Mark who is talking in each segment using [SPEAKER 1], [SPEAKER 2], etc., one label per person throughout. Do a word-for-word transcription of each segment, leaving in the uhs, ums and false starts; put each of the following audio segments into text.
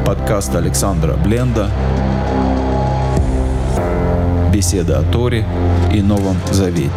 [SPEAKER 1] Подкаст Александра Бленда. Беседы о Торе и Новом Завете.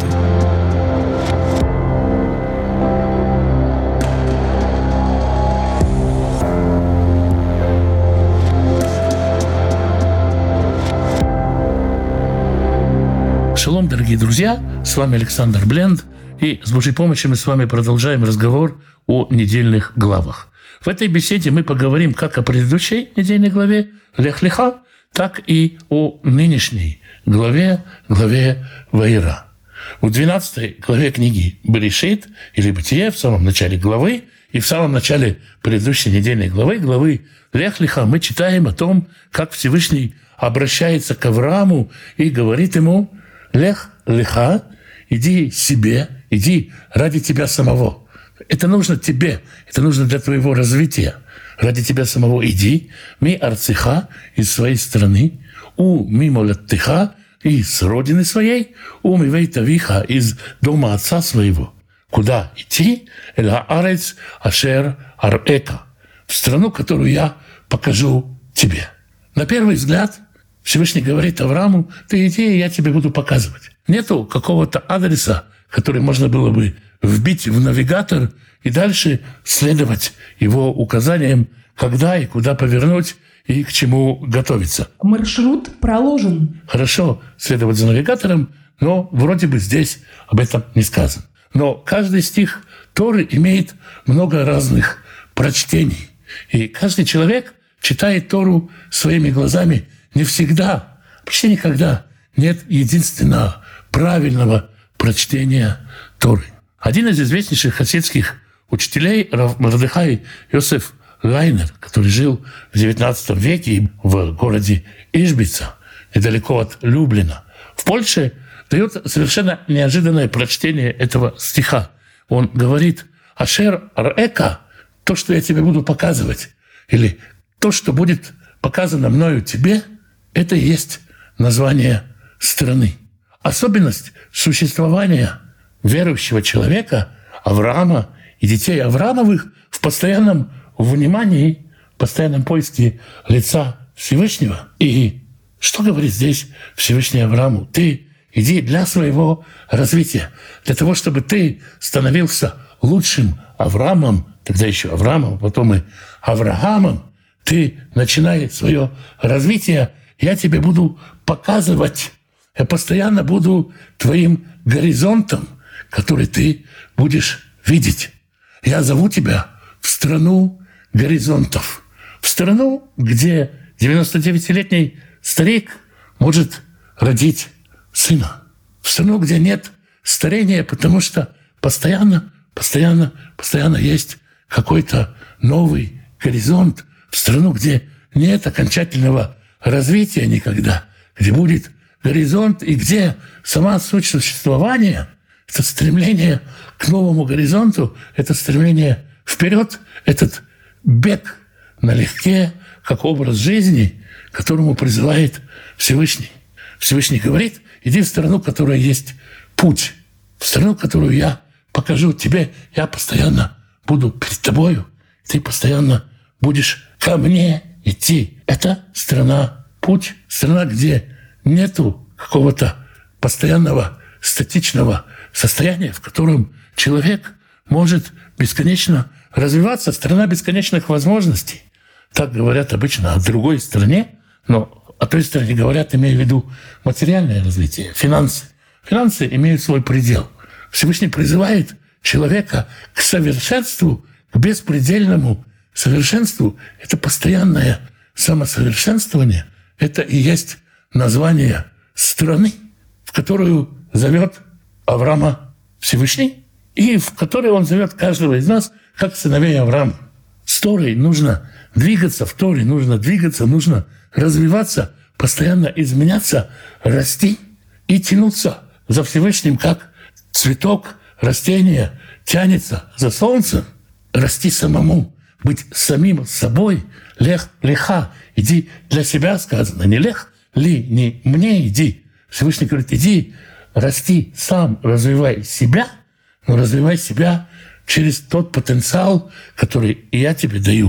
[SPEAKER 2] Шалом, дорогие друзья, с вами Александр Бленд, и с Божьей помощью мы с вами продолжаем разговор о недельных главах. В этой беседе мы поговорим как о предыдущей недельной главе Лех Леха, так и о нынешней главе, главе Ваира. В двенадцатой главе книги Берешит, или Бытие, в самом начале главы, и в самом начале предыдущей недельной главы, главы Лех Леха, мы читаем о том, как Всевышний обращается к Аврааму и говорит ему: «Лех Леха, иди себе, иди ради тебя самого». Это нужно тебе, это нужно для твоего развития. Ради тебя самого иди, ми арцеха, из своей страны, у ми молаттеха, из родины своей, у ми вейтавиха, из дома отца своего. Куда идти? Эла арец ашер арека, в страну, которую я покажу тебе. На первый взгляд Всевышний говорит Аврааму: ты иди, и я тебе буду показывать. Нету какого-то адреса, который можно было бы вбить в навигатор и дальше следовать его указаниям, когда и куда повернуть и к чему готовиться.
[SPEAKER 3] Маршрут проложен.
[SPEAKER 2] Хорошо следовать за навигатором, но вроде бы здесь об этом не сказано. Но каждый стих Торы имеет много разных прочтений. И каждый человек читает Тору своими глазами. Не всегда, почти никогда нет единственного правильного прочтения Торы. Один из известнейших хасидских учителей, рав Мордехай Йосеф Лайнер, который жил в девятнадцатом веке в городе Ижбица, недалеко от Люблина, в Польше, дает совершенно неожиданное прочтение этого стиха. Он говорит: «Ашер арека», то, что я тебе буду показывать, или то, что будет показано мною тебе, это и есть название страны. Особенность существования верующего человека, Авраама и детей Авраамовых, в постоянном внимании, постоянном поиске лица Всевышнего. И что говорит здесь Всевышний Аврааму? Ты иди для своего развития, для того, чтобы ты становился лучшим Авраамом, тогда еще Авраамом, потом и Авраамом. Ты начинай свое развитие, я тебе буду показывать, я постоянно буду твоим горизонтом, который ты будешь видеть. Я зову тебя в страну горизонтов, в страну, где девяностодевятилетний старик может родить сына, в страну, где нет старения, потому что постоянно, постоянно, постоянно есть какой-то новый горизонт, в страну, где нет окончательного развития никогда, где будет горизонт и где сама суть существования — это стремление к новому горизонту, это стремление вперед, этот бег налегке, как образ жизни, к которому призывает Всевышний. Всевышний говорит: иди в страну, в которой есть путь, в страну, которую я покажу тебе, я постоянно буду перед тобою, ты постоянно будешь ко мне идти. Это страна путь, страна, где нету какого-то постоянного статичного состояния, в котором человек может бесконечно развиваться, страна бесконечных возможностей. Так говорят обычно о другой стране, но о той стране говорят, имея в виду материальное развитие, финансы. Финансы имеют свой предел. Всевышний призывает человека к совершенству, к беспредельному совершенству. Это постоянное самосовершенствование. Это и есть название страны, в которую зовет Авраама Всевышний, и в которой он зовет каждого из нас как сыновей Авраама. С Торой нужно двигаться, в Торе нужно двигаться, нужно развиваться, постоянно изменяться, расти и тянуться за Всевышним, как цветок, растение тянется за солнцем. Расти самому, быть самим собой. Лех леха, иди для себя, сказано, не лех ли, не мне иди. Всевышний говорит: иди, расти сам, развивай себя, но развивай себя через тот потенциал, который я тебе даю,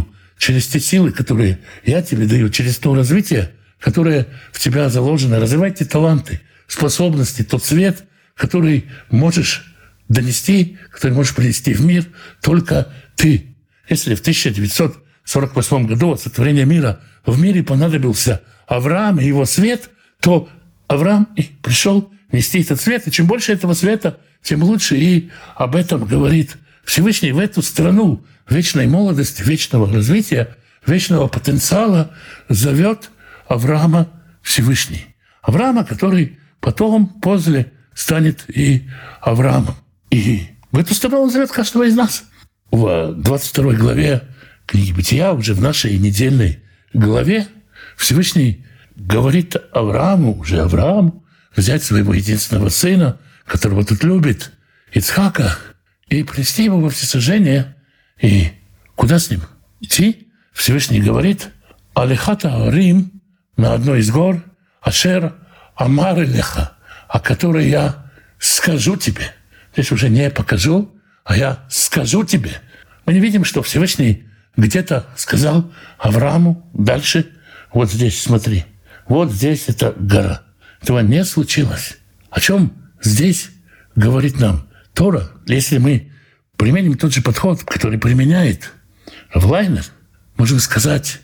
[SPEAKER 2] через те силы, которые я тебе даю, через то развитие, которое в тебя заложено. Развивай те таланты, способности, тот свет, который можешь донести, который можешь принести в мир только ты. Если в тысяча девятьсот сорок восьмом году от сотворения мира в мире понадобился Авраам и его свет, то Авраам и пришел нести этот свет. И чем больше этого света, тем лучше. И об этом говорит Всевышний. В эту страну вечной молодости, вечного развития, вечного потенциала зовет Авраама Всевышний. Авраама, который потом, после, станет и Авраамом. И в эту страну он зовет каждого из нас. В двадцать второй главе книги Бытия, уже в нашей недельной главе, Всевышний говорит Аврааму, уже Аврааму, взять своего единственного сына, которого тут любит, Ицхака, и принести его во всесожжение. И куда с ним идти? Всевышний говорит: «Алехата Арим», на одной из гор, «Ашер Амар Элеха», о которой я скажу тебе. Здесь уже не покажу, а я скажу тебе. Мы не видим, что Всевышний где-то сказал Аврааму дальше: вот здесь, смотри, вот здесь эта гора. Этого не случилось. О чем здесь говорит нам Тора? Если мы применим тот же подход, который применяет Равлайнер, можем сказать: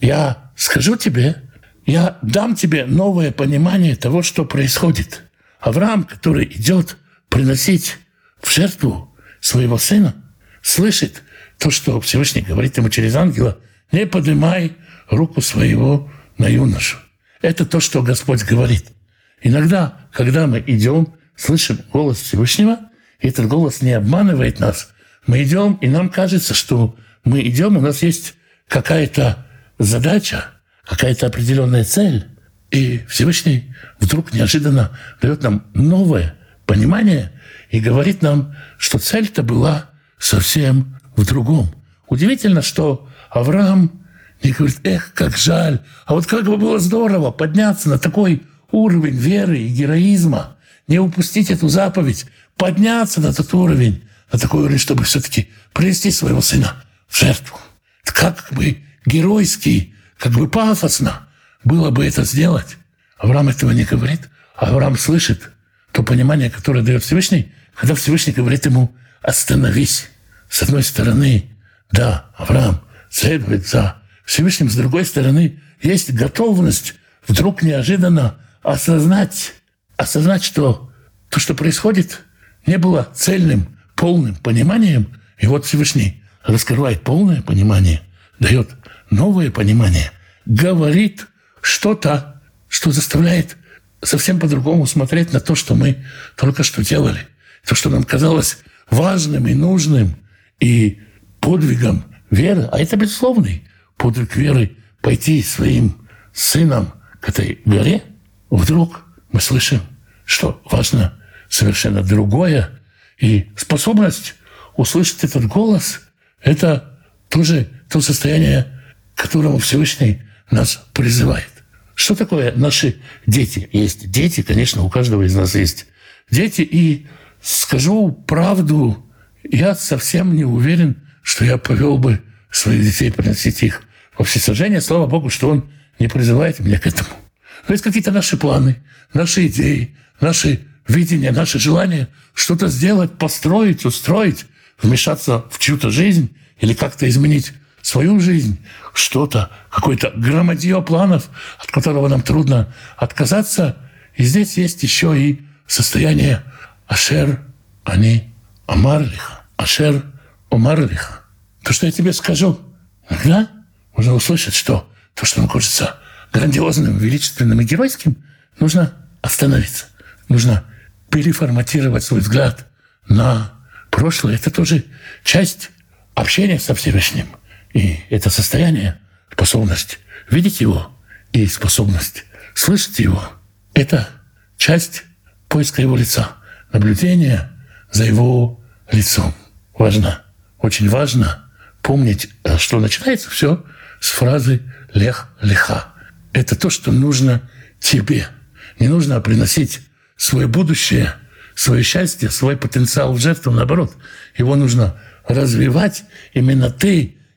[SPEAKER 2] я скажу тебе, я дам тебе новое понимание того, что происходит. Авраам, который идет приносить в жертву своего сына, слышит то, что Всевышний говорит ему через ангела: не поднимай руку своего на юношу. Это то, что Господь говорит. Иногда, когда мы идем, слышим голос Всевышнего, и этот голос не обманывает нас, мы идем, и нам кажется, что мы идем, у нас есть какая-то задача, какая-то определенная цель, и Всевышний вдруг неожиданно дает нам новое понимание и говорит нам, что цель-то была совсем в другом. Удивительно, что Авраам не говорит: эх, как жаль, а вот как бы было здорово подняться на такой уровень веры и героизма, не упустить эту заповедь, подняться на этот уровень, на такой уровень, чтобы все-таки принести своего сына в жертву. Как бы геройски, как бы пафосно было бы это сделать. Авраам этого не говорит. Авраам слышит то понимание, которое дает Всевышний, когда Всевышний говорит ему: остановись. С одной стороны, да, Авраам следует за Всевышним, с другой стороны, есть готовность вдруг неожиданно осознать, осознать, что то, что происходит, не было цельным, полным пониманием. И вот Всевышний раскрывает полное понимание, дает новое понимание, говорит что-то, что заставляет совсем по-другому смотреть на то, что мы только что делали. То, что нам казалось важным и нужным, и подвигом веры, а это безусловный подвиг веры, пойти своим сыном к этой горе, вдруг мы слышим, что важно совершенно другое. И способность услышать этот голос — это тоже то состояние, к которому Всевышний нас призывает. Что такое наши дети? Есть дети, конечно, у каждого из нас есть дети. И скажу правду, я совсем не уверен, что я повел бы своих детей приносить их во всесожжение. Слава Богу, что Он не призывает меня к этому. Но есть какие-то наши планы, наши идеи, наши видения, наши желания что-то сделать, построить, устроить, вмешаться в чью-то жизнь или как-то изменить свою жизнь, что-то, какое-то громадье планов, от которого нам трудно отказаться. И здесь есть еще и состояние «Ашер ани омарлиха», «Ашер омарлиха». То, что я тебе скажу, иногда можно услышать, что то, что нам кажется грандиозным, величественным и геройским, нужно остановиться, нужно переформатировать свой взгляд на прошлое. Это тоже часть общения со Всевышним. И это состояние, способность видеть Его и способность слышать Его — это часть поиска Его лица, наблюдения за Его лицом. Важно, очень важно помнить, что начинается все с фразы «лех леха». Это то, что нужно тебе. Не нужно приносить свое будущее, свое счастье, свой потенциал в жертву. Наоборот, его нужно развивать. Именно ты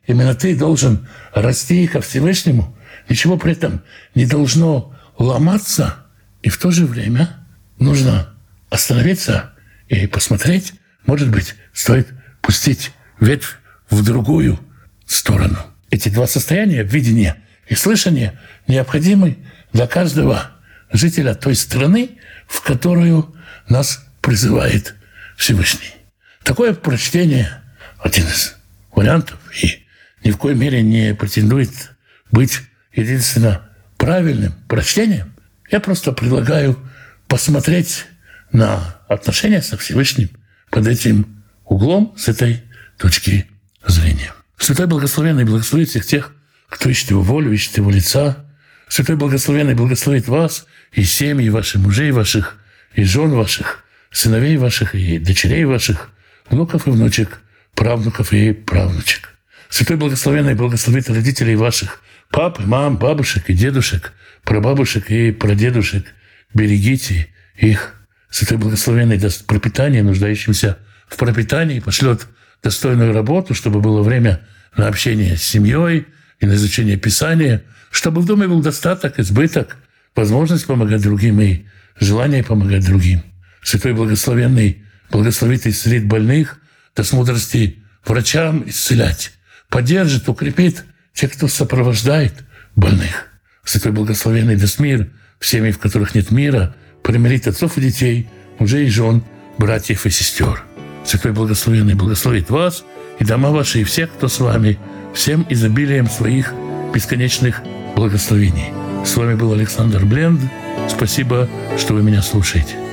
[SPEAKER 2] Именно ты должен расти ко Всевышнему. Ничего при этом не должно ломаться. И в то же время нужно остановиться и посмотреть. Может быть, стоит пустить ветвь в другую сторону. Эти два состояния, видение и слышание, необходимы для каждого жителя той страны, в которую нас призывает Всевышний. Такое прочтение – один из вариантов, и ни в коей мере не претендует быть единственно правильным прочтением. Я просто предлагаю посмотреть на отношения со Всевышним под этим углом, с этой точки зрения. Святой Благословенный благословит всех тех, кто ищет Его волю, ищет Его лица. Святой Благословенный благословит вас и семьи ваших, мужей ваших, и жен ваших, сыновей ваших, и дочерей ваших, внуков и внучек, правнуков и правнучек. Святой Благословенный благословит родителей ваших, пап, мам, бабушек и дедушек, прабабушек и прадедушек. Берегите их. Святой Благословенный даст пропитание нуждающимся в пропитании, пошлет достойную работу, чтобы было время на общение с семьей и на изучение Писания, чтобы в доме был достаток, избыток, возможность помогать другим и желание помогать другим. Святой Благословенный благословит и исцелит больных, даст мудрости врачам исцелять, поддержит, укрепит тех, кто сопровождает больных. Святой Благословенный даст мир в семьи, в которых нет мира, примирит отцов и детей, мужей и жен, братьев и сестер. Святой Благословенный благословит вас и дома ваши, и всех, кто с вами, всем изобилием своих бесконечных благословений. С вами был Александр Бленд. Спасибо, что вы меня слушаете.